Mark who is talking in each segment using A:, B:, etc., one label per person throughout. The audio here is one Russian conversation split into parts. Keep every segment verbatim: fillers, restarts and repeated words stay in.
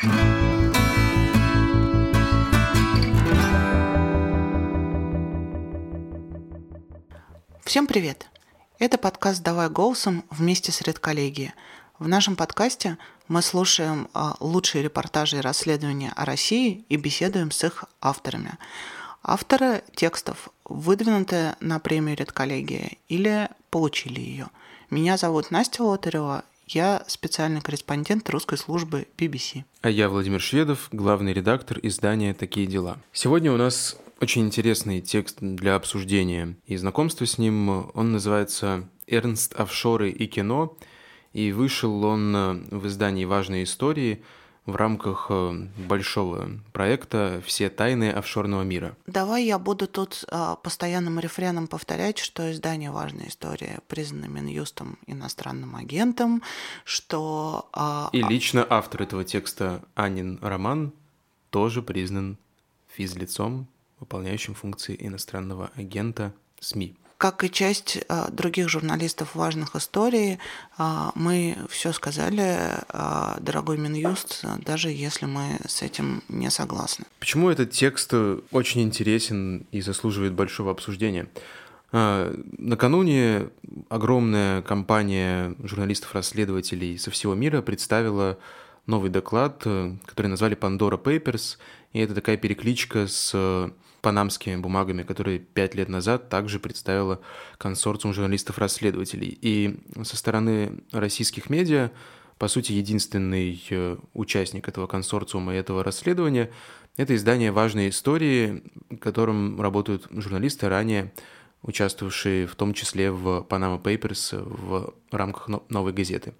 A: Всем привет! Это подкаст «Давай голосом» вместе с редколлегией. В нашем подкасте мы слушаем лучшие репортажи и расследования о России и беседуем с их авторами. Авторы текстов выдвинуты на премию редколлегии или получили ее. Меня зовут Настя Лотарева, я специальный корреспондент русской службы би би си.
B: А я Владимир Шведов, главный редактор издания «Такие дела». Сегодня у нас очень интересный текст для обсуждения и знакомства с ним. Он называется «Эрнст. Офшоры и кино», и вышел он в издании «Важные истории» в рамках большого проекта «Все тайны офшорного мира».
A: Давай я буду тут э, постоянным рефреном повторять, что издание «Важные истории» признано Минюстом иностранным агентом, что... Э,
B: и лично автор этого текста Анин Роман тоже признан физлицом, выполняющим функции иностранного агента СМИ.
A: Как и часть а, других журналистов важных историй, а, мы все сказали, а, дорогой Минюст, даже если мы с этим не согласны.
B: Почему этот текст очень интересен и заслуживает большого обсуждения? А, накануне огромная компания журналистов-расследователей со всего мира представила новый доклад, который назвали «Pandora Papers», и это такая перекличка с панамскими бумагами, которые пять лет назад также представила консорциум журналистов-расследователей. И со стороны российских медиа, по сути, единственный участник этого консорциума и этого расследования – это издание «Важные истории», в котором работают журналисты, ранее участвовавшие в том числе в Panama Papers в рамках «Новой газеты».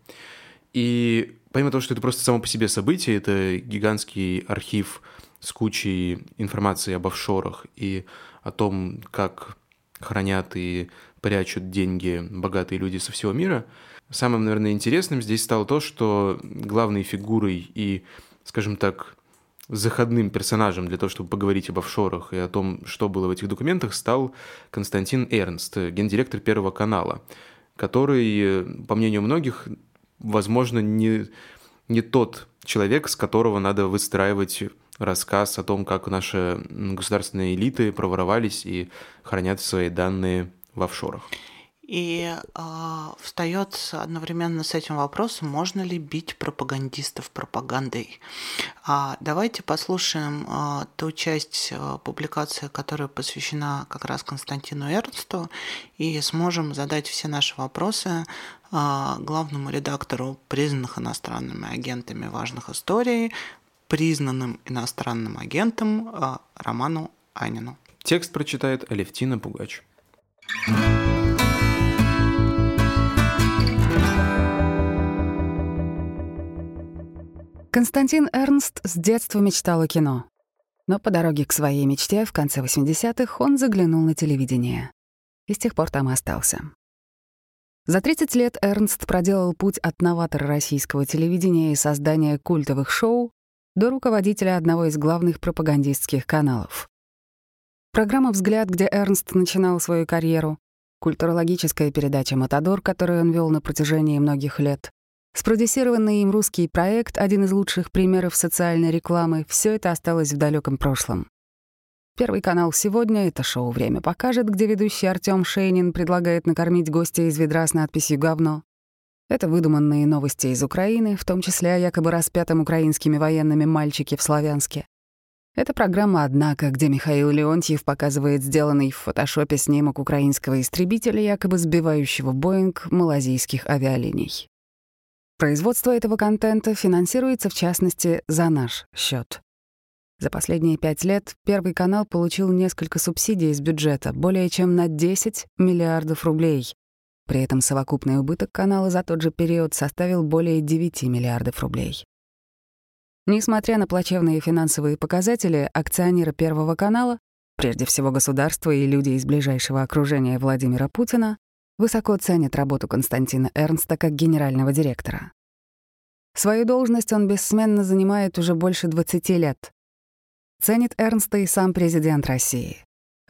B: И помимо того, что это просто само по себе событие, это гигантский архив с кучей информации об офшорах и о том, как хранят и прячут деньги богатые люди со всего мира. Самым, наверное, интересным здесь стало то, что главной фигурой и, скажем так, заходным персонажем для того, чтобы поговорить об офшорах и о том, что было в этих документах, стал Константин Эрнст, гендиректор Первого канала, который, по мнению многих, возможно, не, не тот человек, с которого надо выстраивать рассказ о том, как наши государственные элиты проворовались и хранят свои данные в офшорах.
A: И э, встает одновременно с этим вопросом, можно ли бить пропагандистов пропагандой. А давайте послушаем э, ту часть э, публикации, которая посвящена как раз Константину Эрнсту, и сможем задать все наши вопросы э, главному редактору признанных иностранными агентами важных историй, признанным иностранным агентом э, Роману Анину.
B: Текст прочитает Алевтина Пугач.
C: Константин Эрнст с детства мечтал о кино. Но по дороге к своей мечте в конце восьмидесятых он заглянул на телевидение. И с тех пор там и остался. За тридцать лет Эрнст проделал путь от новатора российского телевидения и создания культовых шоу до руководителя одного из главных пропагандистских каналов. Программа «Взгляд», где Эрнст начинал свою карьеру, культурологическая передача «Матадор», которую он вел на протяжении многих лет, спродюсированный им русский проект, один из лучших примеров социальной рекламы, все это осталось в далеком прошлом. Первый канал «Сегодня» — это шоу «Время покажет», где ведущий Артём Шейнин предлагает накормить гостя из ведра с надписью «Говно». Это выдуманные новости из Украины, в том числе о якобы распятом украинскими военными мальчике в Славянске. Это программа «Однако», где Михаил Леонтьев показывает сделанный в фотошопе снимок украинского истребителя, якобы сбивающего Боинг малазийских авиалиний. Производство этого контента финансируется, в частности, за наш счет. За последние пять лет Первый канал получил несколько субсидий из бюджета, более чем на десять миллиардов рублей. При этом совокупный убыток канала за тот же период составил более девяти миллиардов рублей. Несмотря на плачевные финансовые показатели, акционеры Первого канала, прежде всего государство и люди из ближайшего окружения Владимира Путина, высоко ценят работу Константина Эрнста как генерального директора. Свою должность он бессменно занимает уже больше двадцати лет. Ценит Эрнста и сам президент России.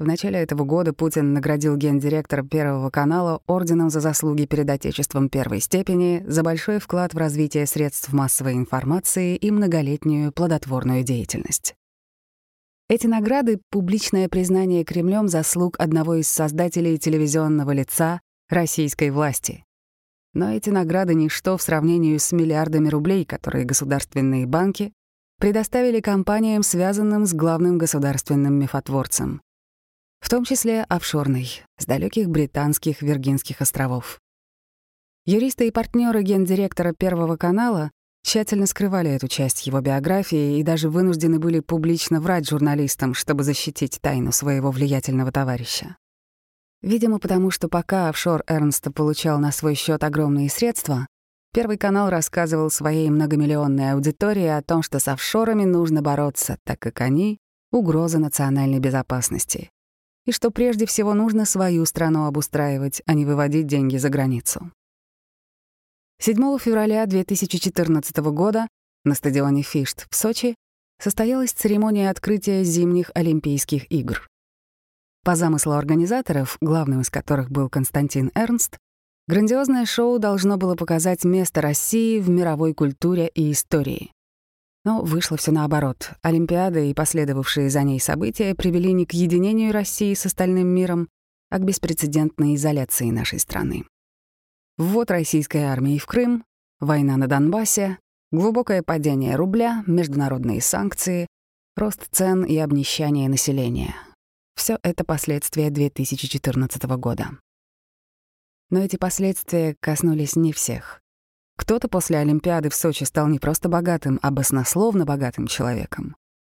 C: В начале этого года Путин наградил гендиректора Первого канала орденом за заслуги перед Отечеством первой степени за большой вклад в развитие средств массовой информации и многолетнюю плодотворную деятельность. Эти награды — публичное признание Кремлем заслуг одного из создателей телевизионного лица российской власти. Но эти награды — ничто в сравнении с миллиардами рублей, которые государственные банки предоставили компаниям, связанным с главным государственным мифотворцем, в том числе офшорной, с далеких британских Виргинских островов. Юристы и партнеры гендиректора Первого канала тщательно скрывали эту часть его биографии и даже вынуждены были публично врать журналистам, чтобы защитить тайну своего влиятельного товарища. Видимо, потому что пока офшор Эрнста получал на свой счет огромные средства, Первый канал рассказывал своей многомиллионной аудитории о том, что с офшорами нужно бороться, так как они — угроза национальной безопасности, и что прежде всего нужно свою страну обустраивать, а не выводить деньги за границу. седьмого февраля две тысячи четырнадцатого года на стадионе «Фишт» в Сочи состоялась церемония открытия зимних Олимпийских игр. По замыслу организаторов, главным из которых был Константин Эрнст, грандиозное шоу должно было показать место России в мировой культуре и истории. Но вышло все наоборот. Олимпиада и последовавшие за ней события привели не к единению России с остальным миром, а к беспрецедентной изоляции нашей страны. Ввод российской армии в Крым, война на Донбассе, глубокое падение рубля, международные санкции, рост цен и обнищание населения — все это последствия две тысячи четырнадцатого года. Но эти последствия коснулись не всех. Кто-то после Олимпиады в Сочи стал не просто богатым, а баснословно богатым человеком.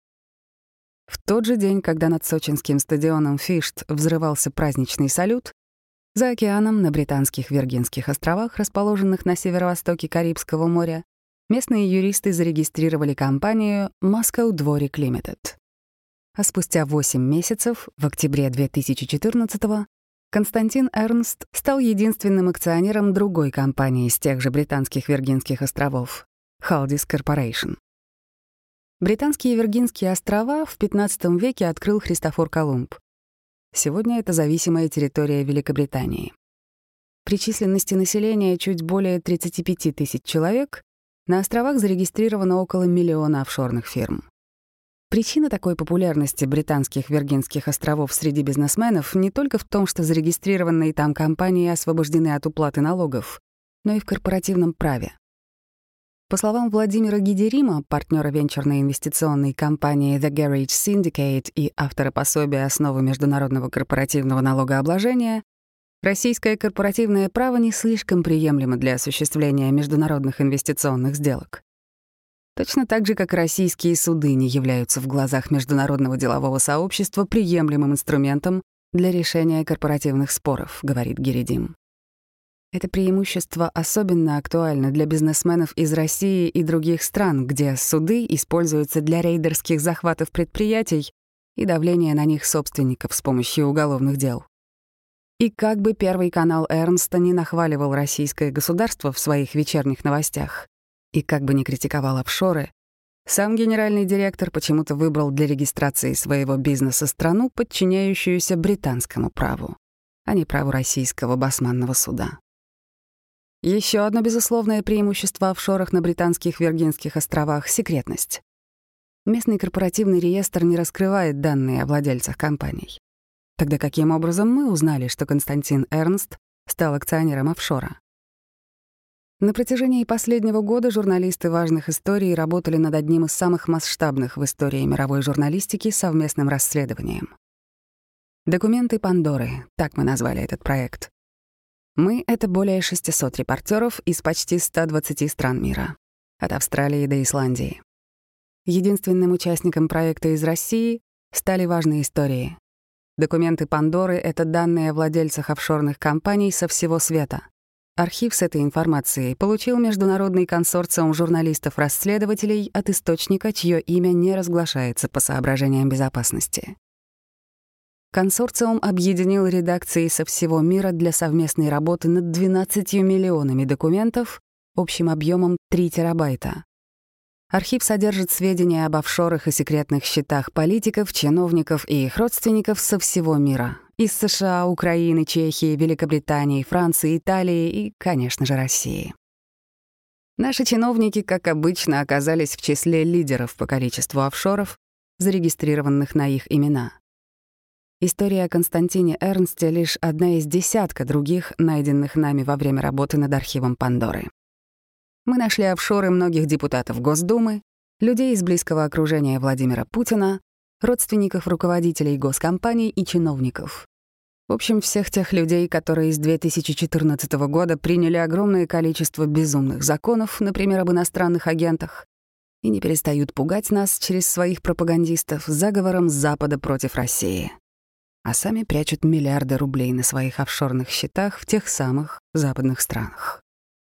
C: В тот же день, когда над сочинским стадионом «Фишт» взрывался праздничный салют, за океаном на британских Виргинских островах, расположенных на северо-востоке Карибского моря, местные юристы зарегистрировали компанию Moscow Dvorak Limited. А спустя восемь месяцев, в октябре две тысячи четырнадцатого, Константин Эрнст стал единственным акционером другой компании с тех же британских Виргинских островов — Haldiss Corporation. Британские Виргинские острова в пятнадцатом веке открыл Христофор Колумб. Сегодня это зависимая территория Великобритании. При численности населения чуть более тридцати пяти тысяч человек на островах зарегистрировано около миллиона офшорных фирм. Причина такой популярности британских Виргинских островов среди бизнесменов не только в том, что зарегистрированные там компании освобождены от уплаты налогов, но и в корпоративном праве. По словам Владимира Гидерима, партнера венчурной инвестиционной компании The Garage Syndicate и автора пособия «Основы международного корпоративного налогообложения», российское корпоративное право не слишком приемлемо для осуществления международных инвестиционных сделок. Точно так же, как российские суды не являются в глазах международного делового сообщества приемлемым инструментом для решения корпоративных споров, говорит Геридим. Это преимущество особенно актуально для бизнесменов из России и других стран, где суды используются для рейдерских захватов предприятий и давления на них собственников с помощью уголовных дел. И как бы Первый канал Эрнста не нахваливал российское государство в своих вечерних новостях, и как бы ни критиковал офшоры, сам генеральный директор почему-то выбрал для регистрации своего бизнеса страну, подчиняющуюся британскому праву, а не праву российского басманного суда. Еще одно безусловное преимущество офшорах на британских Виргинских островах — секретность. Местный корпоративный реестр не раскрывает данные о владельцах компаний. Тогда каким образом мы узнали, что Константин Эрнст стал акционером офшора? На протяжении последнего года журналисты важных историй работали над одним из самых масштабных в истории мировой журналистики совместным расследованием. «Документы Пандоры» — так мы назвали этот проект. Мы — это более шестисот репортеров из почти ста двадцати стран мира, от Австралии до Исландии. Единственным участником проекта из России стали важные истории. Документы Пандоры — это данные о владельцах офшорных компаний со всего света. Архив с этой информацией получил международный консорциум журналистов-расследователей от источника, чье имя не разглашается по соображениям безопасности. Консорциум объединил редакции со всего мира для совместной работы над двенадцатью миллионами документов общим объемом три терабайта. Архив содержит сведения об офшорах и секретных счетах политиков, чиновников и их родственников со всего мира. Из США, Украины, Чехии, Великобритании, Франции, Италии и, конечно же, России. Наши чиновники, как обычно, оказались в числе лидеров по количеству офшоров, зарегистрированных на их имена. История о Константине Эрнсте — лишь одна из десятка других, найденных нами во время работы над архивом Пандоры. Мы нашли офшоры многих депутатов Госдумы, людей из близкого окружения Владимира Путина, родственников руководителей госкомпаний и чиновников. В общем, всех тех людей, которые с две тысячи четырнадцатого года приняли огромное количество безумных законов, например, об иностранных агентах, и не перестают пугать нас через своих пропагандистов заговором Запада против России, а сами прячут миллиарды рублей на своих офшорных счетах в тех самых западных странах.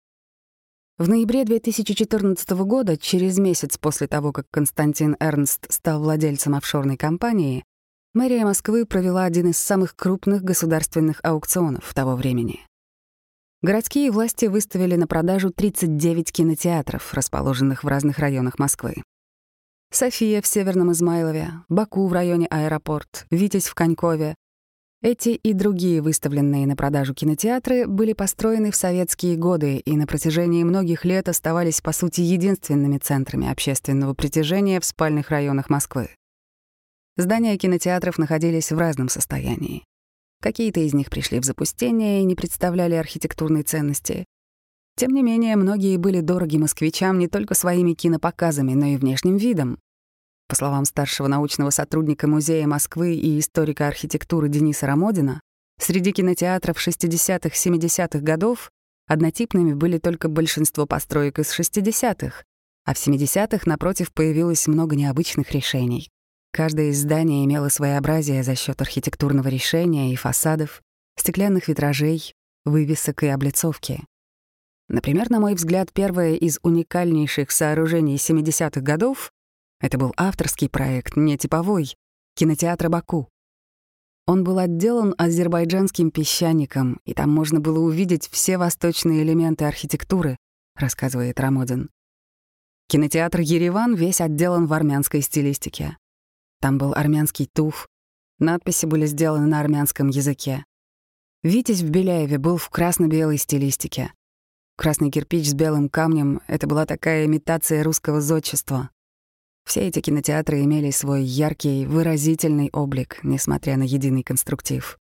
C: В ноябре две тысячи четырнадцатого года, через месяц после того, как Константин Эрнст стал владельцем офшорной компании, мэрия Москвы провела один из самых крупных государственных аукционов того времени. Городские власти выставили на продажу тридцать девять кинотеатров, расположенных в разных районах Москвы. София в Северном Измайлове, Баку в районе Аэропорт, Витязь в Конькове. Эти и другие выставленные на продажу кинотеатры были построены в советские годы и на протяжении многих лет оставались, по сути, единственными центрами общественного притяжения в спальных районах Москвы. Здания кинотеатров находились в разном состоянии. Какие-то из них пришли в запустение и не представляли архитектурной ценности. Тем не менее, многие были дороги москвичам не только своими кинопоказами, но и внешним видом. По словам старшего научного сотрудника Музея Москвы и историка архитектуры Дениса Рамодина, среди кинотеатров шестидесятых-семидесятых годов однотипными были только большинство построек из шестидесятых, а в семидесятых, напротив, появилось много необычных решений. Каждое из зданий имело своеобразие за счет архитектурного решения и фасадов, стеклянных витражей, вывесок и облицовки. Например, на мой взгляд, первое из уникальнейших сооружений семидесятых годов — это был авторский проект, не типовой, кинотеатра «Баку». Он был отделан азербайджанским песчаником, и там можно было увидеть все восточные элементы архитектуры, рассказывает Рамодин. Кинотеатр «Ереван» весь отделан в армянской стилистике. Там был армянский туф, надписи были сделаны на армянском языке. «Витязь» в Беляеве был в красно-белой стилистике. Красный кирпич с белым камнем — это была такая имитация русского зодчества. Все эти кинотеатры имели свой яркий, выразительный облик, несмотря на единый конструктив.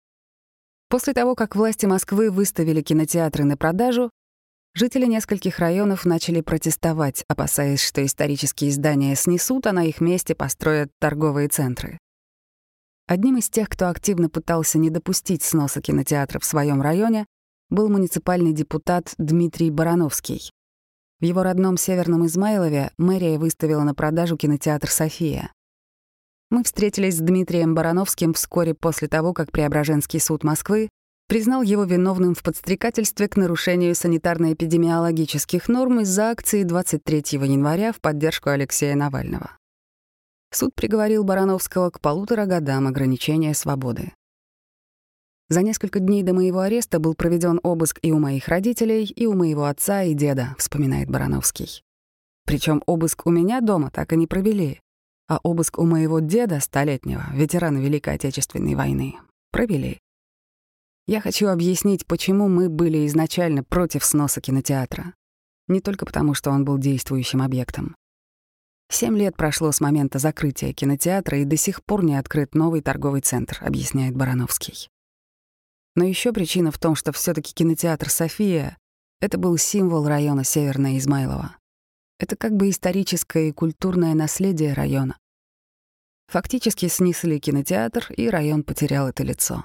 C: После того, как власти Москвы выставили кинотеатры на продажу, жители нескольких районов начали протестовать, опасаясь, что исторические здания снесут, а на их месте построят торговые центры. Одним из тех, кто активно пытался не допустить сноса кинотеатра в своем районе, был муниципальный депутат Дмитрий Барановский. В его родном Северном Измайлове мэрия выставила на продажу кинотеатр «София». Мы встретились с Дмитрием Барановским вскоре после того, как Преображенский суд Москвы признал его виновным в подстрекательстве к нарушению санитарно-эпидемиологических норм из-за акции двадцать третьего января в поддержку Алексея Навального. Суд приговорил Барановского к полутора годам ограничения свободы. За несколько дней до моего ареста был проведен обыск и у моих родителей, и у моего отца и деда, вспоминает Барановский. Причем обыск у меня дома так и не провели, а обыск у моего деда, столетнего, ветерана Великой Отечественной войны, провели. Я хочу объяснить, почему мы были изначально против сноса кинотеатра. Не только потому, что он был действующим объектом. Семь лет прошло с момента закрытия кинотеатра, и до сих пор не открыт новый торговый центр, объясняет Барановский. Но еще причина в том, что все-таки кинотеатр «София» — это был символ района Северное Измайлово. Это как бы историческое и культурное наследие района. Фактически снесли кинотеатр, и район потерял это лицо.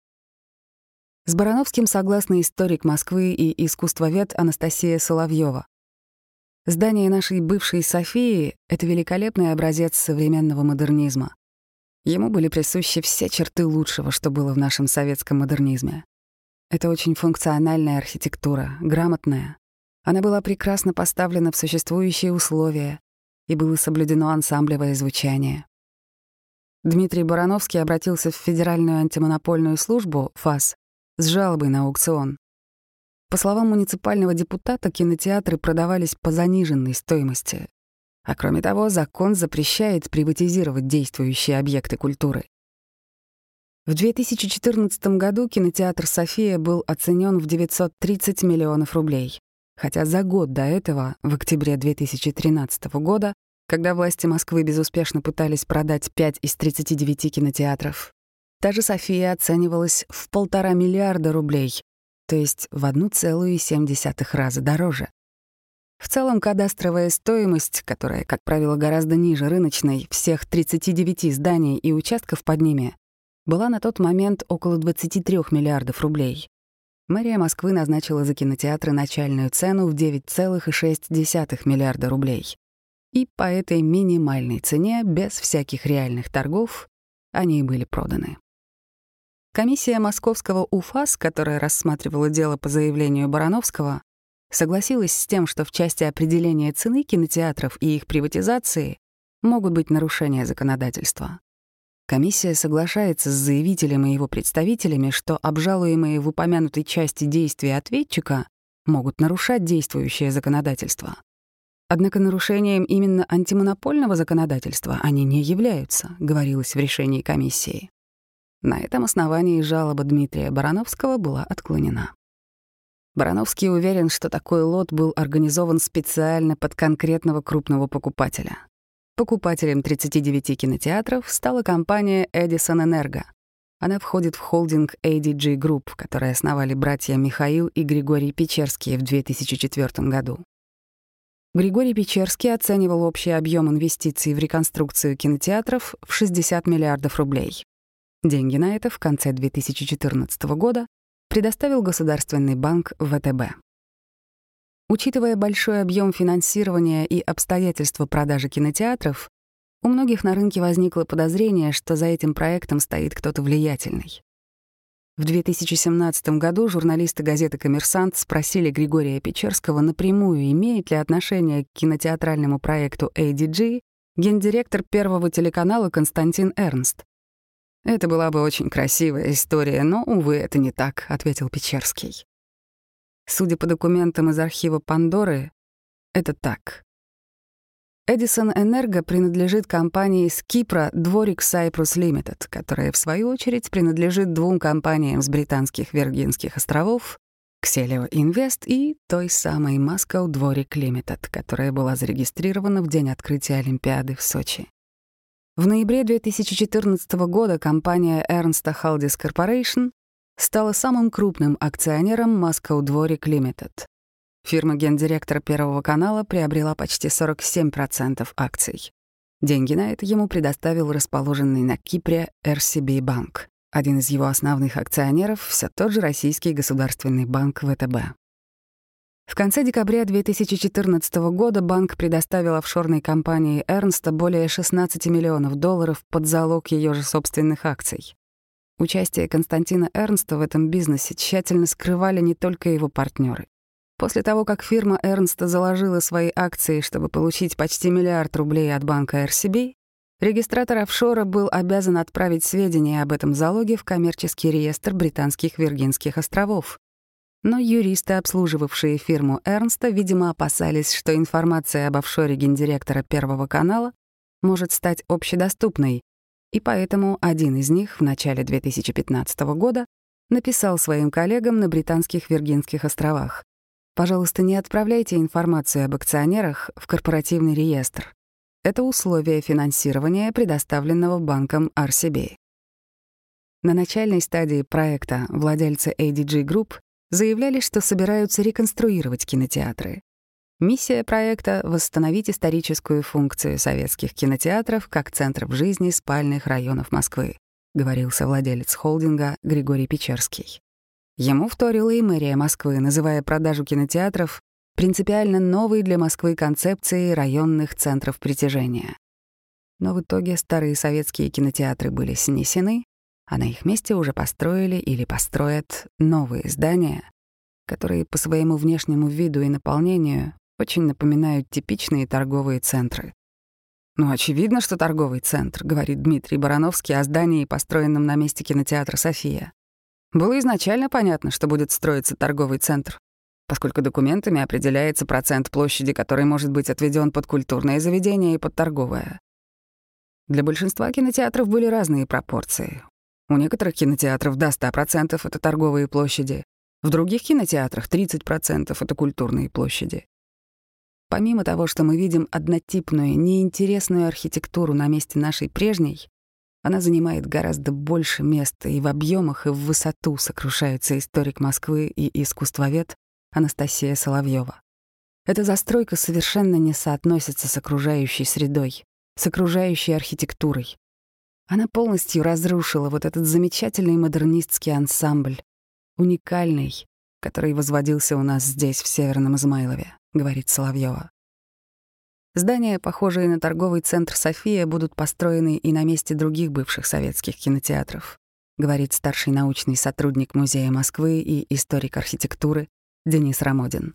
C: С Барановским согласна историк Москвы и искусствовед Анастасия Соловьева. Здание нашей бывшей «Софии» — это великолепный образец современного модернизма. Ему были присущи все черты лучшего, что было в нашем советском модернизме. Это очень функциональная архитектура, грамотная. Она была прекрасно поставлена в существующие условия, и было соблюдено ансамблевое звучание. Дмитрий Барановский обратился в Федеральную антимонопольную службу, ФАС, с жалобой на аукцион. По словам муниципального депутата, кинотеатры продавались по заниженной стоимости. А кроме того, закон запрещает приватизировать действующие объекты культуры. В две тысячи четырнадцатом году кинотеатр «София» был оценен в девятьсот тридцать миллионов рублей, хотя за год до этого, в октябре две тысячи тринадцатого года, когда власти Москвы безуспешно пытались продать пять из тридцати девяти кинотеатров, та же «София» оценивалась в полтора миллиарда рублей, то есть в одну целую семь десятых раза дороже. В целом, кадастровая стоимость, которая, как правило, гораздо ниже рыночной, всех тридцати девяти зданий и участков под ними, была на тот момент около двадцати трёх миллиардов рублей. Мэрия Москвы назначила за кинотеатры начальную цену в девять целых шесть десятых миллиарда рублей. И по этой минимальной цене, без всяких реальных торгов, они и были проданы. Комиссия московского УФАС, которая рассматривала дело по заявлению Барановского, согласилась с тем, что в части определения цены кинотеатров и их приватизации могут быть нарушения законодательства. Комиссия соглашается с заявителем и его представителями, что обжалуемые в упомянутой части действия ответчика могут нарушать действующее законодательство. Однако нарушением именно антимонопольного законодательства они не являются, говорилось в решении комиссии. На этом основании жалоба Дмитрия Барановского была отклонена. Барановский уверен, что такой лот был организован специально под конкретного крупного покупателя. Покупателем тридцати девяти кинотеатров стала компания Edison Energo. Она входит в холдинг эй ди джи Group, который основали братья Михаил и Григорий Печерские в две тысячи четвёртом году. Григорий Печерский оценивал общий объем инвестиций в реконструкцию кинотеатров в шестьдесят миллиардов рублей. Деньги на это в конце две тысячи четырнадцатого года предоставил Государственный банк вэ тэ бэ. Учитывая большой объем финансирования и обстоятельства продажи кинотеатров, у многих на рынке возникло подозрение, что за этим проектом стоит кто-то влиятельный. В две тысячи семнадцатом году журналисты газеты «Коммерсант» спросили Григория Печерского напрямую, имеет ли отношение к кинотеатральному проекту эй ди джи гендиректор Первого телеканала Константин Эрнст. «Это была бы очень красивая история, но, увы, это не так», — ответил Печерский. Судя по документам из архива Пандоры, это так. Edison Energo принадлежит компании с Кипра Dvorik Cyprus Limited, которая, в свою очередь, принадлежит двум компаниям с британских Виргинских островов Xelio Invest и той самой Moscow Dvorik Limited, которая была зарегистрирована в день открытия Олимпиады в Сочи. В ноябре две тысячи четырнадцатого года компания Ernst Haldis Corporation стала самым крупным акционером Moscow Dvorik Limited. Фирма гендиректора Первого канала приобрела почти сорок семь процентов акций. Деньги на это ему предоставил расположенный на Кипре эр си би банк. Один из его основных акционеров — все тот же российский государственный банк вэ тэ бэ. В конце декабря две тысячи четырнадцатого года банк предоставил офшорной компании Эрнста более шестнадцати миллионов долларов под залог ее же собственных акций. Участие Константина Эрнста в этом бизнесе тщательно скрывали не только его партнеры. После того, как фирма Эрнста заложила свои акции, чтобы получить почти миллиард рублей от банка эр си би, регистратор офшора был обязан отправить сведения об этом залоге в коммерческий реестр британских Виргинских островов. Но юристы, обслуживавшие фирму Эрнста, видимо, опасались, что информация об офшоре гендиректора Первого канала может стать общедоступной, и поэтому один из них в начале две тысячи пятнадцатого года написал своим коллегам на британских Виргинских островах: «Пожалуйста, не отправляйте информацию об акционерах в корпоративный реестр. Это условие финансирования, предоставленного банком ар си би». На начальной стадии проекта владельцы эй ди джи Group заявляли, что собираются реконструировать кинотеатры. Миссия проекта — восстановить историческую функцию советских кинотеатров как центров жизни спальных районов Москвы, говорил совладелец холдинга Григорий Печерский. Ему вторила и мэрия Москвы, называя продажу кинотеатров принципиально новой для Москвы концепцией районных центров притяжения. Но в итоге старые советские кинотеатры были снесены, а на их месте уже построили или построят новые здания, которые по своему внешнему виду и наполнению очень напоминают типичные торговые центры. «Ну, очевидно, что торговый центр», — говорит Дмитрий Барановский о здании, построенном на месте кинотеатра «София». «Было изначально понятно, что будет строиться торговый центр. поскольку документами определяется процент площади, который может быть отведен под культурное заведение и под торговое. Для большинства кинотеатров были разные пропорции. У некоторых кинотеатров до ста процентов это торговые площади, в других кинотеатрах тридцать процентов это культурные площади. Помимо того, что мы видим однотипную, неинтересную архитектуру на месте нашей прежней, она занимает гораздо больше места и в объемах, и в высоту, сокрушается историк Москвы и искусствовед Анастасия Соловьева. Эта застройка совершенно не соотносится с окружающей средой, с окружающей архитектурой. Она полностью разрушила вот этот замечательный модернистский ансамбль, уникальный, который возводился у нас здесь, в Северном Измайлове, говорит Соловьева. Здания, похожие на торговый центр «София», будут построены и на месте других бывших советских кинотеатров, говорит старший научный сотрудник Музея Москвы и историк архитектуры Денис Рамодин.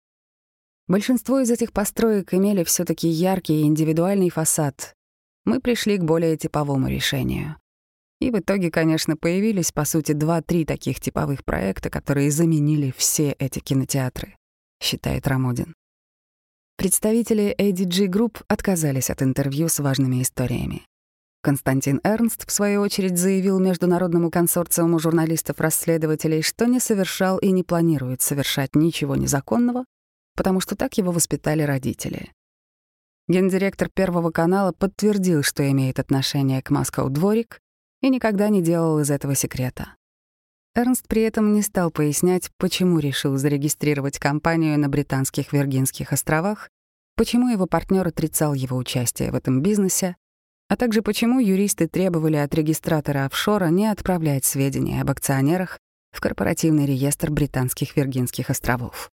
C: Большинство из этих построек имели все таки яркий и индивидуальный фасад. Мы пришли к более типовому решению. И в итоге, конечно, появились, по сути, два-три таких типовых проекта, которые заменили все эти кинотеатры, считает Рамодин. Представители эй ди джи Group отказались от интервью с важными историями. Константин Эрнст, в свою очередь, заявил Международному консорциуму журналистов-расследователей, что не совершал и не планирует совершать ничего незаконного, потому что так его воспитали родители. Гендиректор Первого канала подтвердил, что имеет отношение к Москоу Дворик, и никогда не делал из этого секрета. Эрнст при этом не стал пояснять, почему решил зарегистрировать компанию на Британских Виргинских островах, почему его партнер отрицал его участие в этом бизнесе, а также почему юристы требовали от регистратора офшора не отправлять сведения об акционерах в корпоративный реестр Британских Виргинских островов.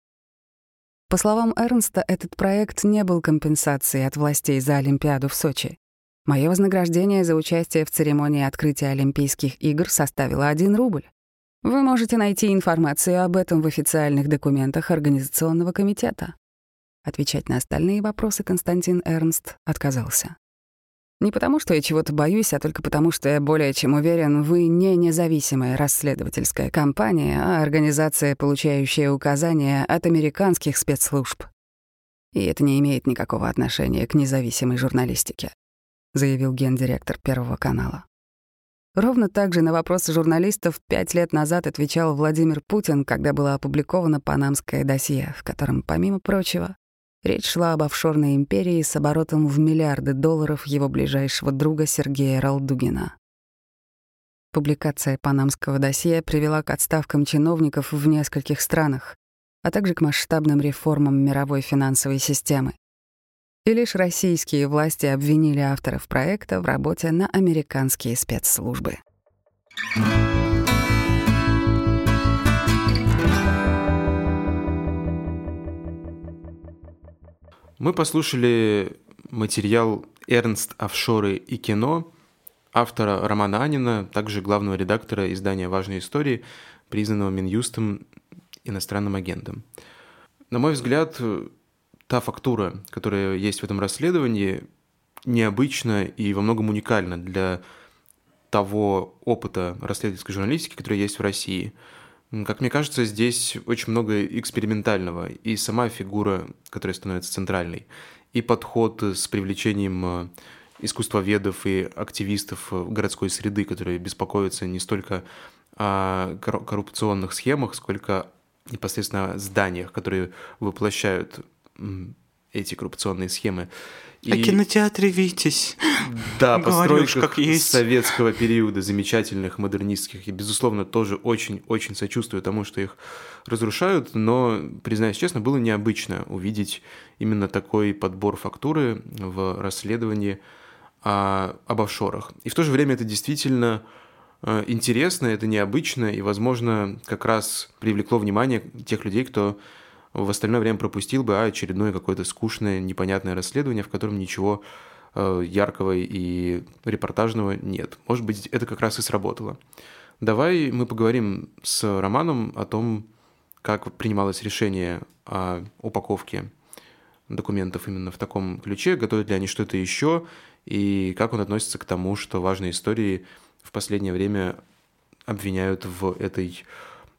C: По словам Эрнста, этот проект не был компенсацией от властей за Олимпиаду в Сочи. Мое вознаграждение за участие в церемонии открытия Олимпийских игр составило один рубль. Вы можете найти информацию об этом в официальных документах Организационного комитета. Отвечать на остальные вопросы Константин Эрнст отказался. Не потому, что я чего-то боюсь, а только потому, что я более чем уверен, вы не независимая расследовательская компания, а организация, получающая указания от американских спецслужб. И это не имеет никакого отношения к независимой журналистике, заявил гендиректор Первого канала. Ровно так же на вопросы журналистов пять лет назад отвечал Владимир Путин, когда было опубликовано панамское досье, в котором, помимо прочего, речь шла об офшорной империи с оборотом в миллиарды долларов его ближайшего друга Сергея Ралдугина. Публикация панамского досье привела к отставкам чиновников в нескольких странах, а также к масштабным реформам мировой финансовой системы. И лишь российские власти обвинили авторов проекта в работе на американские спецслужбы.
B: Мы послушали материал «Эрнст. Офшоры и кино» автора Романа Анина, также главного редактора издания «Важные истории», признанного Минюстом иностранным агентом. На мой взгляд, та фактура, которая есть в этом расследовании, необычна и во многом уникальна для того опыта расследовательской журналистики, который есть в России. Как мне кажется, здесь очень много экспериментального, и сама фигура, которая становится центральной, и подход с привлечением искусствоведов и активистов городской среды, которые беспокоятся не столько о коррупционных схемах, сколько непосредственно о зданиях, которые воплощают эти коррупционные схемы.
A: О и... кинотеатре «Витязь».
B: Да, постройках советского периода, замечательных, модернистских. И, безусловно, тоже очень-очень сочувствую тому, что их разрушают. Но, признаюсь честно, было необычно увидеть именно такой подбор фактуры в расследовании о, об офшорах. И в то же время это действительно интересно, это необычно. И, возможно, как раз привлекло внимание тех людей, кто в остальное время пропустил бы а очередное какое-то скучное, непонятное расследование, в котором ничего э, яркого и репортажного нет. Может быть, это как раз и сработало. Давай мы поговорим с Романом о том, как принималось решение о упаковке документов именно в таком ключе, готовят ли они что-то еще, и как он относится к тому, что важные истории в последнее время обвиняют в этой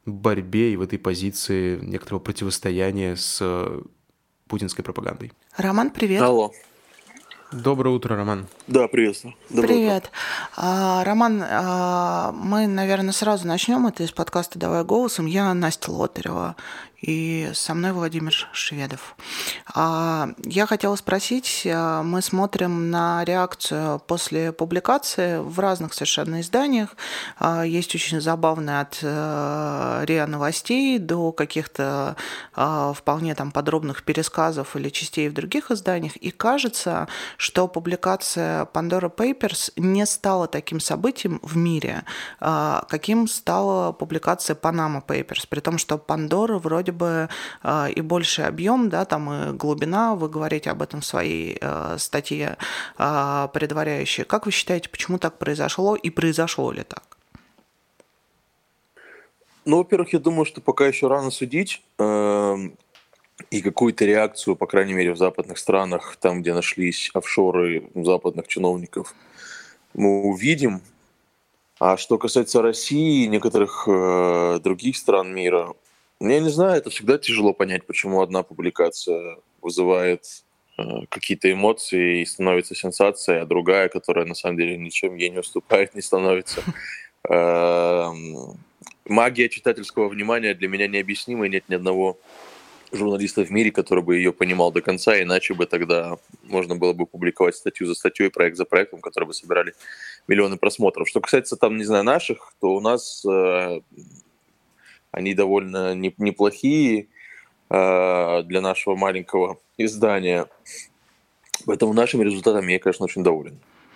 B: борьбе и в этой позиции некоторого противостояния с путинской пропагандой.
A: Роман, привет.
D: Алло.
B: Доброе утро, Роман.
D: Да, приветствую. Доброе
A: Привет.
D: утро.
A: А, Роман, а, мы, наверное, сразу начнем это из подкаста «Давай голосом». Я Настя Лотарева, и со мной Владимир Шведов. А, я хотела спросить, а, мы смотрим на реакцию после публикации в разных совершенно изданиях. А, есть очень забавные от а, РИА Новостей до каких-то а, вполне там подробных пересказов или частей в других изданиях. И кажется, что публикация Pandora Papers не стала таким событием в мире, а, каким стала публикация Panama Papers, при том, что Pandora вроде бы а, и больший объем, да, там и глубина, вы говорите об этом в своей а, статье а, предваряющей. Как вы считаете, почему так произошло и произошло ли так?
D: Ну, во-первых, я думаю, что пока еще рано судить, эм, и какую-то реакцию, по крайней мере, в западных странах, там, где нашлись офшоры западных чиновников, мы увидим. А что касается России и некоторых э, других стран мира, я не знаю, это всегда тяжело понять, почему одна публикация вызывает э, какие-то эмоции и становится сенсацией, а другая, которая на самом деле ничем ей не уступает, не становится. Эм, Магия читательского внимания для меня необъяснима, и нет ни одного журналиста в мире, который бы ее понимал до конца, иначе бы тогда можно было бы публиковать статью за статьей, проект за проектом, которые бы собирали миллионы просмотров. Что касается, там, не знаю, наших, то у нас э, они довольно не, неплохие э, для нашего маленького издания. Поэтому нашими результатами я, конечно, очень доволен.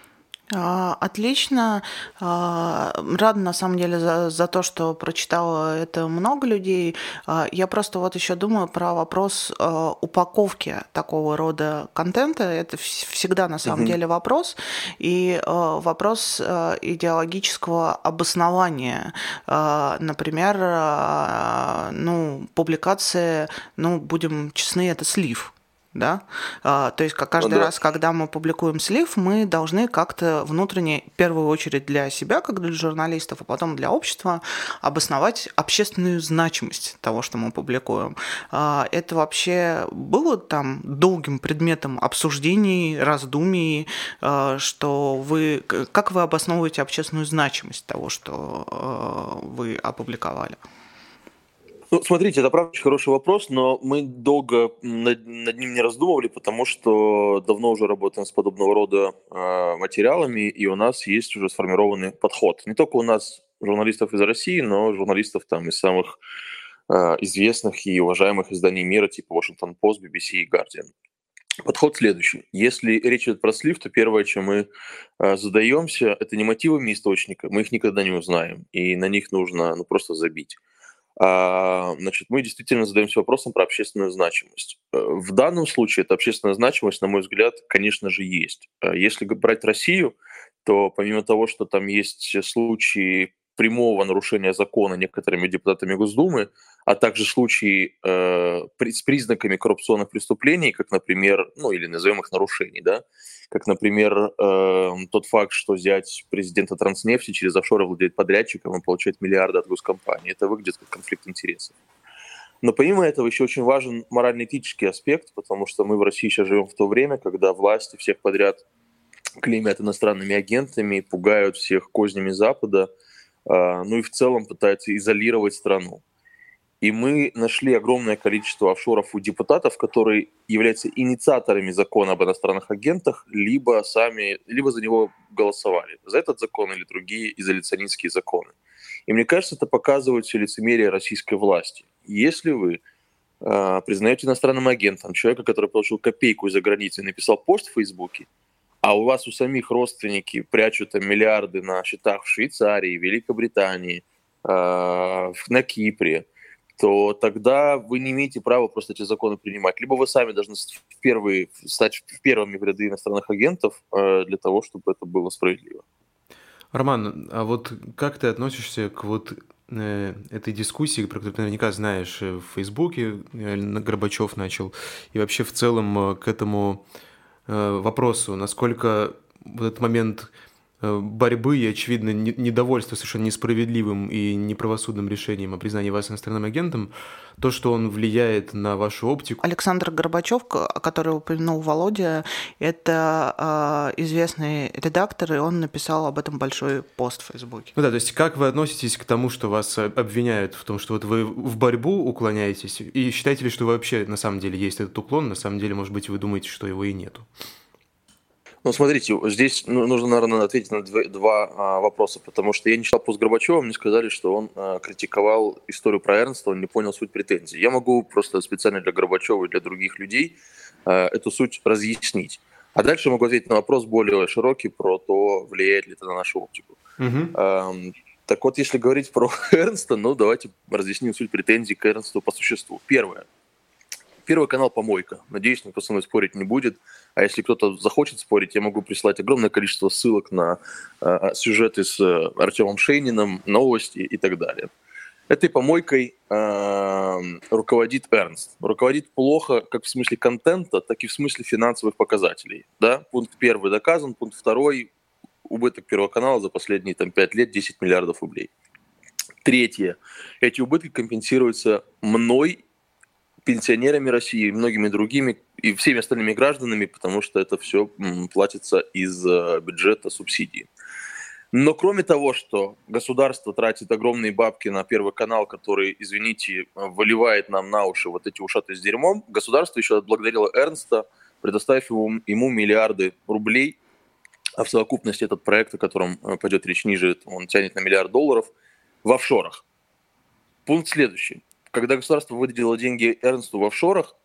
A: Отлично. Рада, на самом деле, за, за то, что прочитало это много людей. Я просто вот еще думаю про вопрос упаковки такого рода контента. Это всегда, на самом uh-huh. деле, вопрос. И вопрос идеологического обоснования. Например, ну, публикация, ну, будем честны, это слив. Да? А, то есть как каждый ну, да. раз, когда мы публикуем слив, мы должны как-то внутренне, в первую очередь для себя, как для журналистов, а потом для общества, обосновать общественную значимость того, что мы публикуем. А, это вообще было там долгим предметом обсуждений, раздумий, а, что вы, как вы обосновываете общественную значимость того, что а, вы опубликовали?
D: Ну, смотрите, это правда очень хороший вопрос, но мы долго над, над ним не раздумывали, потому что давно уже работаем с подобного рода э, материалами, и у нас есть уже сформированный подход. Не только у нас журналистов из России, но журналистов там из самых э, известных и уважаемых изданий мира, типа Washington Post, би би си и Guardian. Подход следующий. Если речь идет про слив, то первое, чем мы э, задаемся, это не мотивами источника, мы их никогда не узнаем, и на них нужно ну, просто забить. Значит, мы действительно задаемся вопросом про общественную значимость. В данном случае эта общественная значимость, на мой взгляд, конечно же, есть. Если брать Россию, то помимо того, что там есть случаи прямого нарушения закона некоторыми депутатами Госдумы, а также случаи э, с признаками коррупционных преступлений, как, например, ну или назовем их нарушений, да, как, например, э, тот факт, что зять президента Транснефти через офшоры владеет подрядчиком и получает миллиарды от госкомпании. Это выглядит как конфликт интересов. Но помимо этого еще очень важен морально-этический аспект, потому что мы в России сейчас живем в то время, когда власти всех подряд клеймят иностранными агентами, пугают всех кознями Запада, э, ну и в целом пытаются изолировать страну. И мы нашли огромное количество офшоров у депутатов, которые являются инициаторами закона об иностранных агентах, либо сами, либо за него голосовали, за этот закон или другие изоляционистские законы. И мне кажется, это показывает все лицемерие российской власти. Если вы э, признаете иностранным агентом человека, который получил копейку из-за границы и написал пост в Фейсбуке, а у вас у самих родственники прячут там, миллиарды на счетах в Швейцарии, Великобритании, э, на Кипре, то тогда вы не имеете права просто эти законы принимать. Либо вы сами должны в первые, стать первыми в ряды иностранных агентов э, для того, чтобы это было справедливо.
B: Роман, а вот как ты относишься к вот э, этой дискуссии, про которую ты наверняка знаешь, в Фейсбуке э, Горбачев начал, и вообще в целом э, к этому э, вопросу, насколько в этот момент борьбы и, очевидно, недовольство совершенно несправедливым и неправосудным решением о признании вас иностранным агентом, то, что он влияет на вашу оптику.
A: Александр Горбачев, который упомянул Володя, это э, известный редактор, и он написал об этом большой пост в Фейсбуке.
B: Ну да, то есть как вы относитесь к тому, что вас обвиняют в том, что вот вы в борьбу уклоняетесь, и считаете ли, что вообще на самом деле есть этот уклон, на самом деле, может быть, вы думаете, что его и нету?
D: Ну, смотрите, здесь нужно, наверное, ответить на два, два а, вопроса, потому что я не читал пост Горбачева, мне сказали, что он а, критиковал историю про Эрнста, он не понял суть претензий. Я могу просто специально для Горбачева и для других людей а, эту суть разъяснить. А дальше могу ответить на вопрос более широкий про то, влияет ли это на нашу оптику.
B: Угу.
D: А, так вот, если говорить про Эрнста, ну, давайте разъясним суть претензий к Эрнсту по существу. Первое. Первый канал «Помойка». Надеюсь, никто со мной спорить не будет. А если кто-то захочет спорить, я могу прислать огромное количество ссылок на э, сюжеты с э, Артемом Шейниным, новости и так далее. Этой «Помойкой» э, руководит Эрнст. Руководит плохо как в смысле контента, так и в смысле финансовых показателей. Да? Пункт первый доказан, пункт второй – убыток Первого канала за последние там, пять лет десять миллиардов рублей. Третье. Эти убытки компенсируются мной, пенсионерами России и многими другими, и всеми остальными гражданами, потому что это все платится из бюджета субсидий. Но кроме того, что государство тратит огромные бабки на Первый канал, который, извините, выливает нам на уши вот эти ушаты с дерьмом, государство еще отблагодарило Эрнста, предоставив ему, ему миллиарды рублей, а в совокупности этот проект, о котором пойдет речь ниже, он тянет на миллиард долларов, в офшорах. Пункт следующий. Когда государство выделило деньги Эрнсту в офшорах,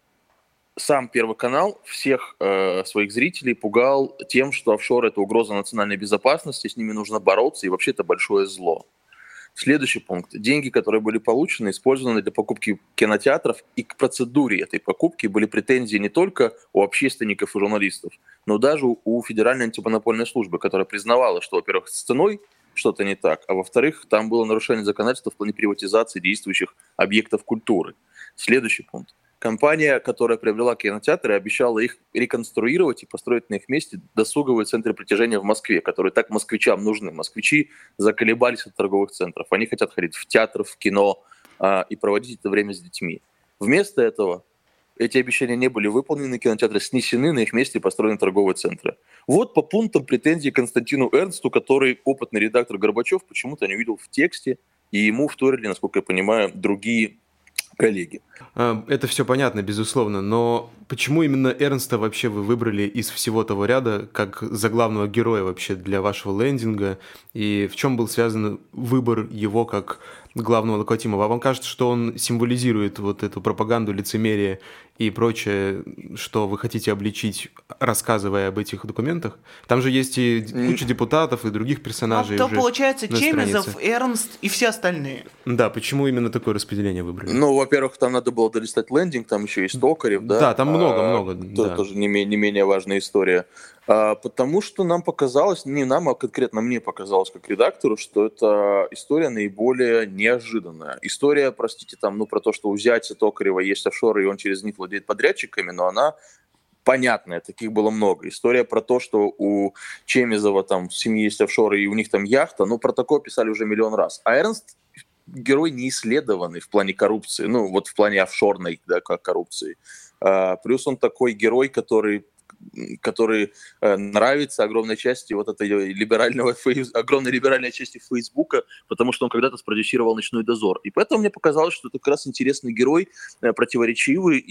D: сам Первый канал всех э, своих зрителей пугал тем, что офшоры – это угроза национальной безопасности, с ними нужно бороться, и вообще это большое зло. Следующий пункт. Деньги, которые были получены, использованы для покупки кинотеатров, и к процедуре этой покупки были претензии не только у общественников и журналистов, но даже у Федеральной антимонопольной службы, которая признавала, что, во-первых, с ценой что-то не так, а во-вторых, там было нарушение законодательства в плане приватизации действующих объектов культуры. Следующий пункт. Компания, которая приобрела кинотеатры, обещала их реконструировать и построить на их месте досуговые центры притяжения в Москве, которые так москвичам нужны. Москвичи заколебались от торговых центров. Они хотят ходить в театр, в кино а, и проводить это время с детьми. Вместо этого эти обещания не были выполнены, кинотеатры снесены, на их месте построены торговые центры. Вот по пунктам претензий Константину Эрнсту, который опытный редактор Горбачев почему-то не увидел в тексте, и ему вторили, насколько я понимаю, другие коллеги.
B: Это все понятно, безусловно, но почему именно Эрнста вообще вы выбрали из всего того ряда как заглавного героя вообще для вашего лендинга, и в чем был связан выбор его как главного локомотива? А вам кажется, что он символизирует вот эту пропаганду, лицемерие и прочее, что вы хотите обличить, рассказывая об этих документах? Там же есть и куча депутатов и других персонажей.
A: А то
B: уже
A: получается
B: на
A: Чемизов,
B: странице.
A: Эрнст и все остальные.
B: Да, почему именно такое распределение выбрали?
D: Ну, во-первых, там надо было долистать лендинг, там еще есть Токарев, да?
B: Да, там много-много.
D: А,
B: да.
D: Тоже не, не менее важная история. А, потому что нам показалось, не нам, а конкретно мне показалось как редактору, что это история наиболее неожиданная. История, простите, там, ну, про то, что у зятя Токарева есть офшоры, и он через них владеет подрядчиками, но она понятная, таких было много. История про то, что у Чемизова там в семье есть офшоры, и у них там яхта, ну, про такое писали уже миллион раз. А Эрнст герой не исследованный в плане коррупции, ну, вот в плане офшорной, да, как коррупции. А, плюс он такой герой, который который э, нравится огромной части вот этой либерального, фейс, огромной либеральной части Фейсбука, потому что он когда-то спродюсировал «Ночной дозор». И поэтому мне показалось, что это как раз интересный герой, э, противоречивый,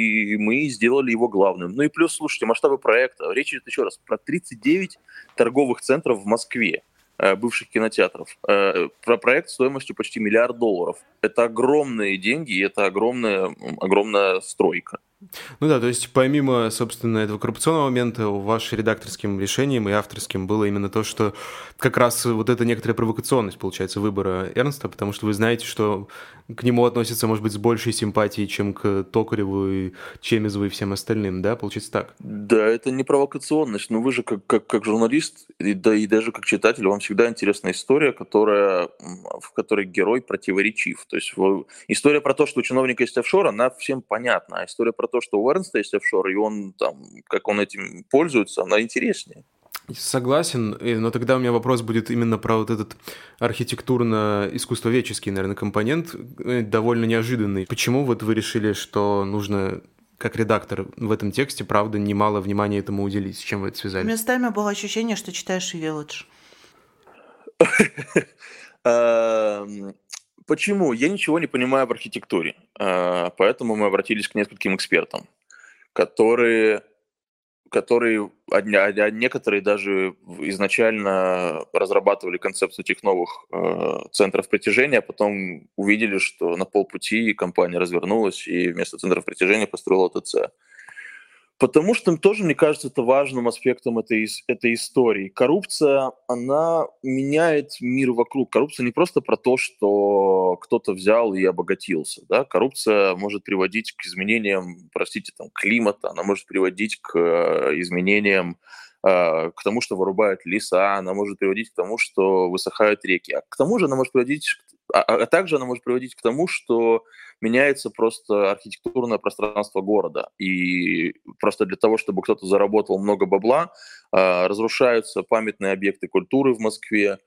D: и мы сделали его главным. Ну и плюс, слушайте, масштабы проекта. Речь идет еще раз про тридцать девять торговых центров в Москве, э, бывших кинотеатров. Э, про проект стоимостью почти миллиард долларов. Это огромные деньги, и это огромная, огромная стройка.
B: Ну да, то есть помимо, собственно, этого коррупционного момента, вашим редакторским решением и авторским было именно то, что как раз вот эта некоторая провокационность, получается, выбора Эрнста, потому что вы знаете, что к нему относятся, может быть, с большей симпатией, чем к Токареву и Чемизову и всем остальным, да? Получается так?
D: Да, это не провокационность, но вы же как, как, как журналист, и, да и даже как читатель, вам всегда интересна история, которая, в которой герой противоречив. То есть история про то, что у чиновника есть офшор, она всем понятна, а история про то, что у Эрнста есть офшор, и он там, как он этим пользуется, она интереснее.
B: Согласен, э, но тогда у меня вопрос будет именно про вот этот архитектурно-искусствоведческий, наверное, компонент, э, довольно неожиданный. Почему вот вы решили, что нужно, как редактор в этом тексте, правда, немало внимания этому уделить? С чем вы это связали?
A: Местами было ощущение, что читаешь Village.
D: Эм, Почему? Я ничего не понимаю в архитектуре, э, поэтому мы обратились к нескольким экспертам, которые, которые одни- а некоторые даже изначально разрабатывали концепцию этих новых э, центров притяжения, а потом увидели, что на полпути компания развернулась и вместо центров притяжения построила ТЦ. Потому что тоже, мне кажется, это важным аспектом этой, ис- этой истории. Коррупция, она меняет мир вокруг. Коррупция не просто про то, что кто-то взял и обогатился. Да? Коррупция может приводить к изменениям, простите, там, климата, она может приводить к э, изменениям, э, к тому, что вырубают леса, она может приводить к тому, что высыхают реки. А к тому же она может приводить, а, а также она может приводить к тому, что меняется просто архитектурное пространство города. И просто для того, чтобы кто-то заработал много бабла, э, разрушаются памятные объекты культуры в Москве, э,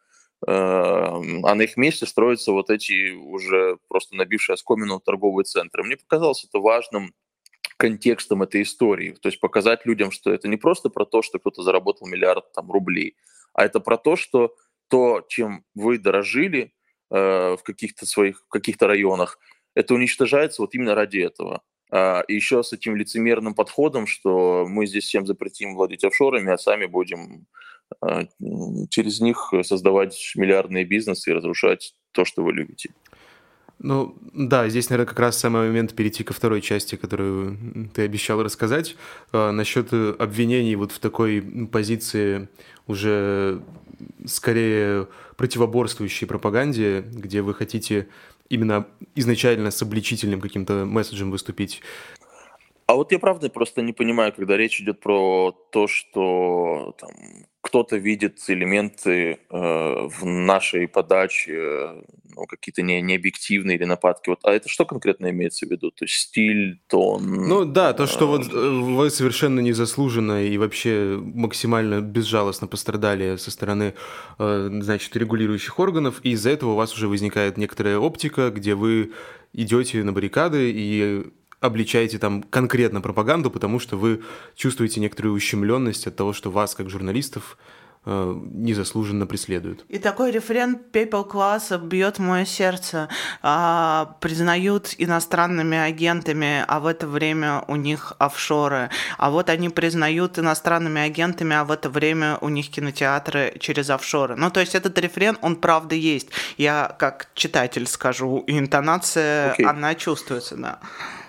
D: а на их месте строятся вот эти уже просто набившие оскомину торговые центры. Мне показалось это важным контекстом этой истории. То есть показать людям, что это не просто про то, что кто-то заработал миллиард там, рублей, а это про то, что то, чем вы дорожили э, в каких-то своих в каких-то районах, это уничтожается вот именно ради этого. А, и еще с этим лицемерным подходом, что мы здесь всем запретим владеть офшорами, а сами будем а, через них создавать миллиардные бизнесы и разрушать то, что вы любите.
B: Ну, да, здесь, наверное, как раз самый момент перейти ко второй части, которую ты обещал рассказать, э, насчет обвинений вот в такой позиции уже скорее противоборствующей пропаганде, где вы хотите именно изначально с обличительным каким-то месседжем выступить.
D: А вот я правда просто не понимаю, когда речь идет про то, что там, кто-то видит элементы э, в нашей подаче, э, ну, какие-то не, необъективные или нападки. Вот, а это что конкретно имеется в виду? То есть стиль, тон?
B: Ну да, то, что вот
D: э,
B: э, вы совершенно незаслуженно и вообще максимально безжалостно пострадали со стороны, э, значит, регулирующих органов, и из-за этого у вас уже возникает некоторая оптика, где вы идете на баррикады и обличаете там конкретно пропаганду, потому что вы чувствуете некоторую ущемленность от того, что вас, как журналистов, э, незаслуженно преследуют.
A: И такой рефрен People класса бьет мое сердце. А, признают иностранными агентами, а в это время у них офшоры. А вот они признают иностранными агентами, а в это время у них кинотеатры через офшоры. Ну, то есть этот рефрен, он правда есть. Я как читатель скажу, и интонация,
D: Окей.
A: она чувствуется, да.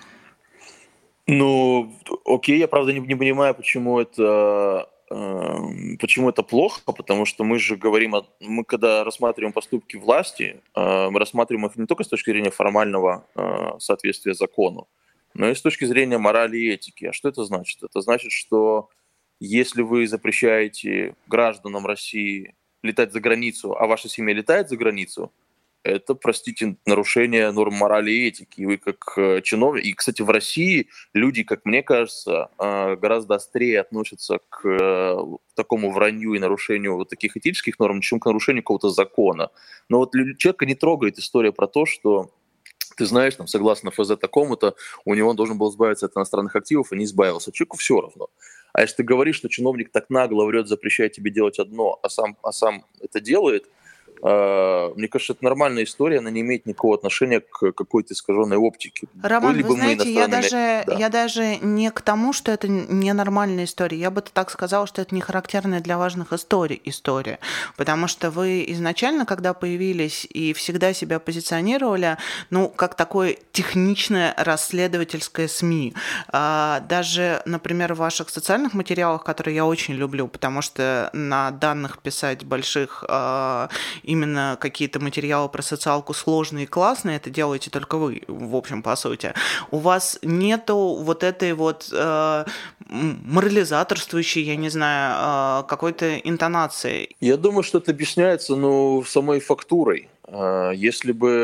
D: Ну, окей, я правда не, не понимаю, почему это, э, почему это плохо, потому что мы же говорим, о, мы когда рассматриваем поступки власти, э, мы рассматриваем их не только с точки зрения формального э, соответствия закону, но и с точки зрения морали и этики. А что это значит? Это значит, что если вы запрещаете гражданам России летать за границу, а ваша семья летает за границу, это, простите, нарушение норм морали и этики. И вы как э, чиновник... И, кстати, в России люди, как мне кажется, э, гораздо острее относятся к э, такому вранью и нарушению вот таких этических норм, чем к нарушению какого-то закона. Но вот человека не трогает история про то, что ты знаешь, там, согласно ФЗ такому-то, у него он должен был избавиться от иностранных активов, и не избавился. Человеку все равно. А если ты говоришь, что чиновник так нагло врет, запрещает тебе делать одно, а сам, а сам это делает, мне кажется, это нормальная история, она не имеет никакого отношения к какой-то искаженной оптике.
A: Роман,
D: Были
A: вы
D: бы мы
A: знаете, я
D: иностранными...
A: даже,
D: Да.
A: я даже не к тому, что это ненормальная история. Я бы так сказала, что это не характерная для важных историй история. Потому что вы изначально, когда появились и всегда себя позиционировали, ну, как такое техничное расследовательское СМИ. Даже, например, в ваших социальных материалах, которые я очень люблю, потому что на данных писать больших именно какие-то материалы про социалку сложные и классные, это делаете только вы, в общем, по сути. У вас нету вот этой вот э, морализаторствующей, я не знаю, э, какой-то интонации.
D: Я думаю, что это объясняется, ну, самой фактурой. Если бы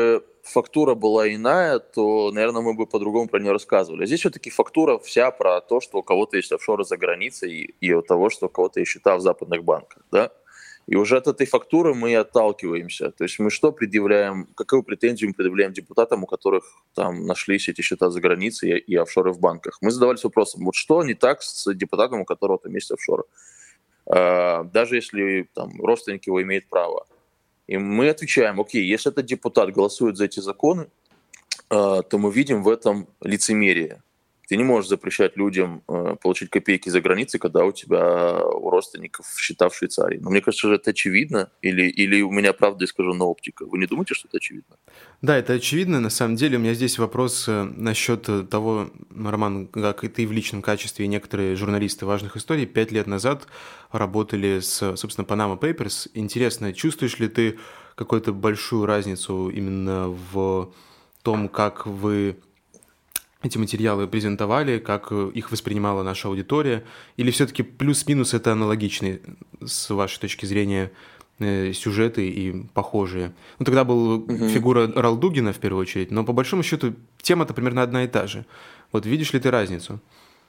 D: фактура была иная, то, наверное, мы бы по-другому про нее рассказывали. А здесь все-таки фактура вся про то, что у кого-то есть офшоры за границей, и, и от того, что у кого-то есть счета в западных банках, да. И уже от этой фактуры мы отталкиваемся. То есть мы что предъявляем, какую претензию мы предъявляем депутатам, у которых там нашлись эти счета за границей и, и офшоры в банках? Мы задавались вопросом, вот что не так с депутатом, у которого там есть офшоры? А, даже если там родственники его имеют право. И мы отвечаем, окей, если этот депутат голосует за эти законы, то мы видим в этом лицемерие. Ты не можешь запрещать людям получить копейки за границей, когда у тебя у родственников счета в Швейцарии. Но мне кажется, что это очевидно, или, или у меня правда искаженная оптика. Вы не думаете, что это очевидно?
B: Да, это очевидно. На самом деле у меня здесь вопрос насчет того, Роман, как и ты в личном качестве, и некоторые журналисты важных историй пять лет назад работали с, собственно, Panama Papers. Интересно, чувствуешь ли ты какую-то большую разницу именно в том, как вы эти материалы презентовали, как их воспринимала наша аудитория, или все-таки плюс-минус это аналогичные, с вашей точки зрения, сюжеты и похожие? Ну, тогда была угу. фигура Ралдугина в первую очередь, но по большому счету тема-то примерно одна и та же. Вот видишь ли ты разницу?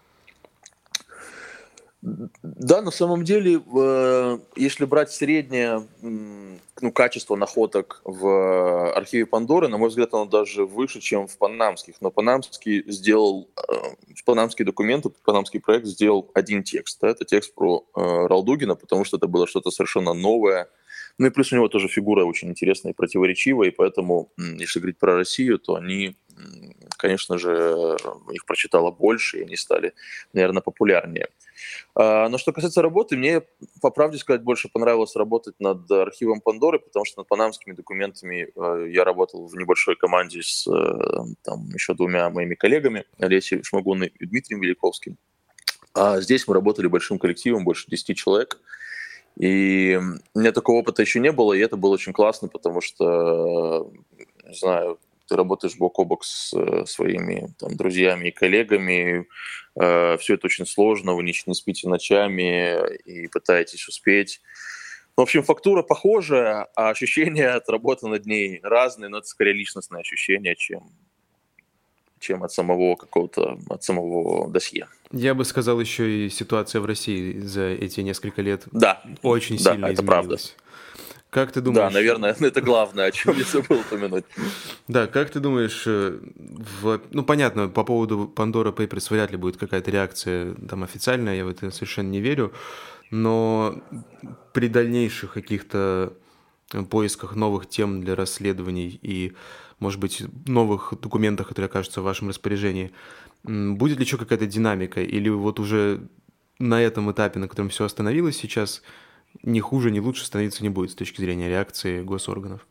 D: Да, на самом деле, если брать среднее ну, качество находок в архиве Пандоры, на мой взгляд, оно даже выше, чем в панамских. Но панамский сделал, панамские документы, панамский проект сделал один текст. Да, это текст про Ралдугина, потому что это было что-то совершенно новое. Ну и плюс у него тоже фигура очень интересная и противоречивая, и поэтому, если говорить про Россию, то они, конечно же, их прочитало больше, и они стали, наверное, популярнее. Но что касается работы, мне, по правде сказать, больше понравилось работать над архивом Пандоры, потому что над панамскими документами я работал в небольшой команде с там, еще двумя моими коллегами, Олесей Шмагуной и Дмитрием Великовским. А здесь мы работали большим коллективом, больше десяти человек. И у меня такого опыта еще не было, и это было очень классно, потому что, не знаю, ты работаешь бок о бок с своими там, друзьями и коллегами, э, все это очень сложно, вы не, не спите ночами и пытаетесь успеть. В общем, фактура похожая, а ощущения от работы над ней разные, но это скорее личностные ощущения, чем, чем от самого какого-то, от самого досье.
B: Я бы сказал, еще и ситуация в России за эти несколько лет
D: да.
B: очень
D: да,
B: сильно
D: это
B: изменилась.
D: Правда.
B: Как ты думаешь...
D: Да, наверное, это главное, о чем я забыл упомянуть.
B: Да, как ты думаешь, в... ну, понятно, по поводу Pandora Papers вряд ли будет какая-то реакция там официальная, я в это совершенно не верю, но при дальнейших каких-то поисках новых тем для расследований и, может быть, новых документах, которые окажутся в вашем распоряжении, будет ли еще какая-то динамика? Или вот уже на этом этапе, на котором все остановилось сейчас, ни хуже, ни лучше становиться не будет с точки зрения реакции госорганов?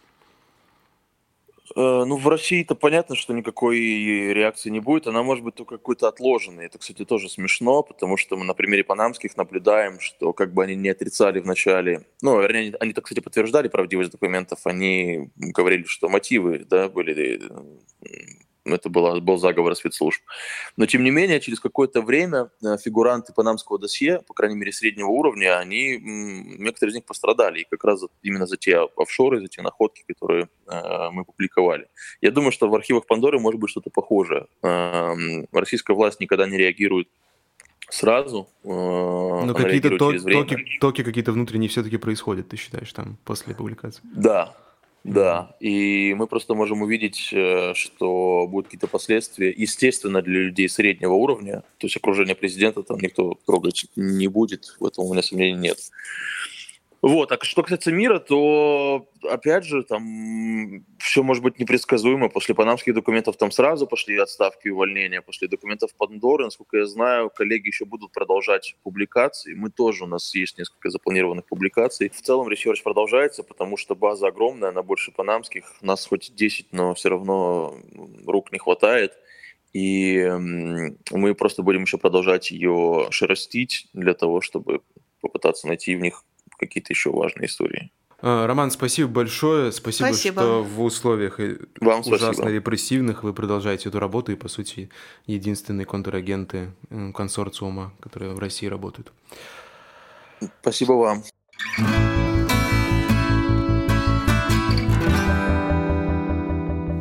D: Э, ну, в России-то понятно, что никакой реакции не будет. Она может быть только какой-то отложенной. Это, кстати, тоже смешно, потому что мы на примере панамских наблюдаем, что как бы они не отрицали в начале... Ну, вернее, они, так, кстати, подтверждали правдивость документов. Они говорили, что мотивы, да, были... Это было, был заговор спецслужб. Но, тем не менее, через какое-то время фигуранты панамского досье, по крайней мере, среднего уровня, они, некоторые из них пострадали. И как раз именно за те офшоры, за те находки, которые э, мы публиковали. Я думаю, что в архивах Пандоры может быть что-то похожее. Э, российская власть никогда не реагирует сразу. Э,
B: Но какие-то токи, токи, токи какие-то внутренние все-таки происходят, ты считаешь, там, после публикации?
D: Да. Да, и мы просто можем увидеть, что будут какие-то последствия, естественно, для людей среднего уровня, то есть окружение президента там никто трогать не будет, в этом у меня сомнений нет. Вот, а что касается мира, то, опять же, там все может быть непредсказуемо. После панамских документов там сразу пошли отставки и увольнения. После документов Пандоры, насколько я знаю, коллеги еще будут продолжать публикации. Мы тоже, у нас есть несколько запланированных публикаций. В целом ресерч продолжается, потому что база огромная, она больше панамских. Нас хоть десять, но все равно рук не хватает. И мы просто будем еще продолжать ее шерстить для того, чтобы попытаться найти в них какие-то еще важные истории.
B: Роман, спасибо большое. Спасибо, спасибо. что в условиях Вам ужасно спасибо. репрессивных вы продолжаете эту работу и, по сути, единственные контрагенты консорциума, которые в России работают.
D: Спасибо вам.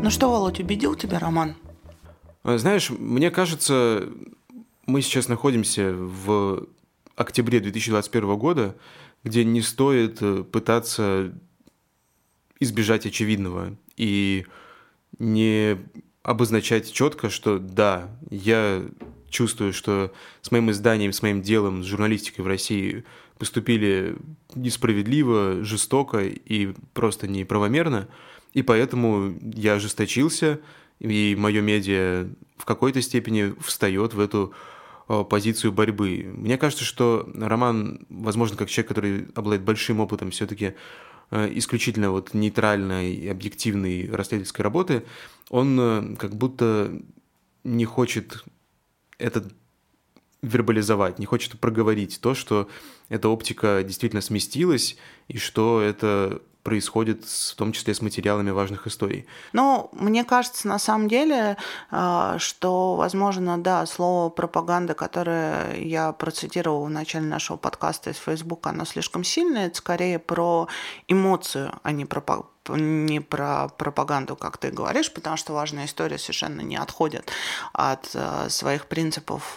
A: Ну что, Володь, убедил тебя роман?
B: Знаешь, мне кажется, мы сейчас находимся в октябре две тысячи двадцать первого года, где не стоит пытаться избежать очевидного и не обозначать четко, что да, я чувствую, что с моим изданием, с моим делом, с журналистикой в России поступили несправедливо, жестоко и просто неправомерно, и поэтому я ожесточился, и мое медиа в какой-то степени встает в эту позицию борьбы. Мне кажется, что Роман, возможно, как человек, который обладает большим опытом все-таки исключительно вот нейтральной и объективной расследовательской работы, он как будто не хочет это вербализовать, не хочет проговорить то, что эта оптика действительно сместилась, и что это происходит в том числе с материалами важных историй.
A: Ну, мне кажется, на самом деле, что, возможно, да, слово «пропаганда», которое я процитировала в начале нашего подкаста из Фейсбука, оно слишком сильное, это скорее про эмоцию, а не про не про пропаганду, как ты говоришь, потому что важная история совершенно не отходит от своих принципов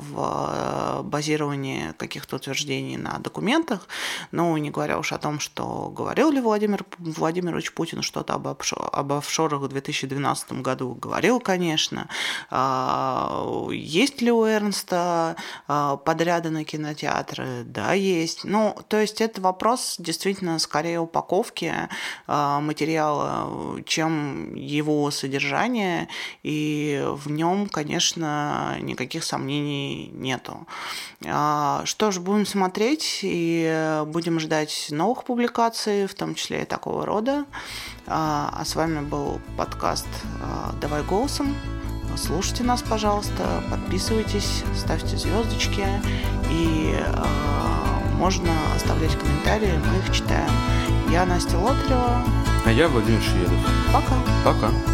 A: в базировании каких-то утверждений на документах. Ну, не говоря уж о том, что говорил ли Владимир Владимирович Путин что-то об, офшор, об офшорах в две тысячи двенадцатом году. Говорил, конечно. Есть ли у Эрнста подряды на кинотеатры? Да, есть. Ну, то есть это вопрос действительно скорее упаковки материала, чем его содержание, и в нем, конечно, никаких сомнений нету. Что ж, будем смотреть и будем ждать новых публикаций, в том числе и такого рода. А с вами был подкаст «Давай голосом». Слушайте нас, пожалуйста, подписывайтесь, ставьте звездочки, и можно оставлять комментарии, мы их читаем. Я Настя Лотарева.
B: А я Владимир Шведов.
A: Пока.
B: Пока.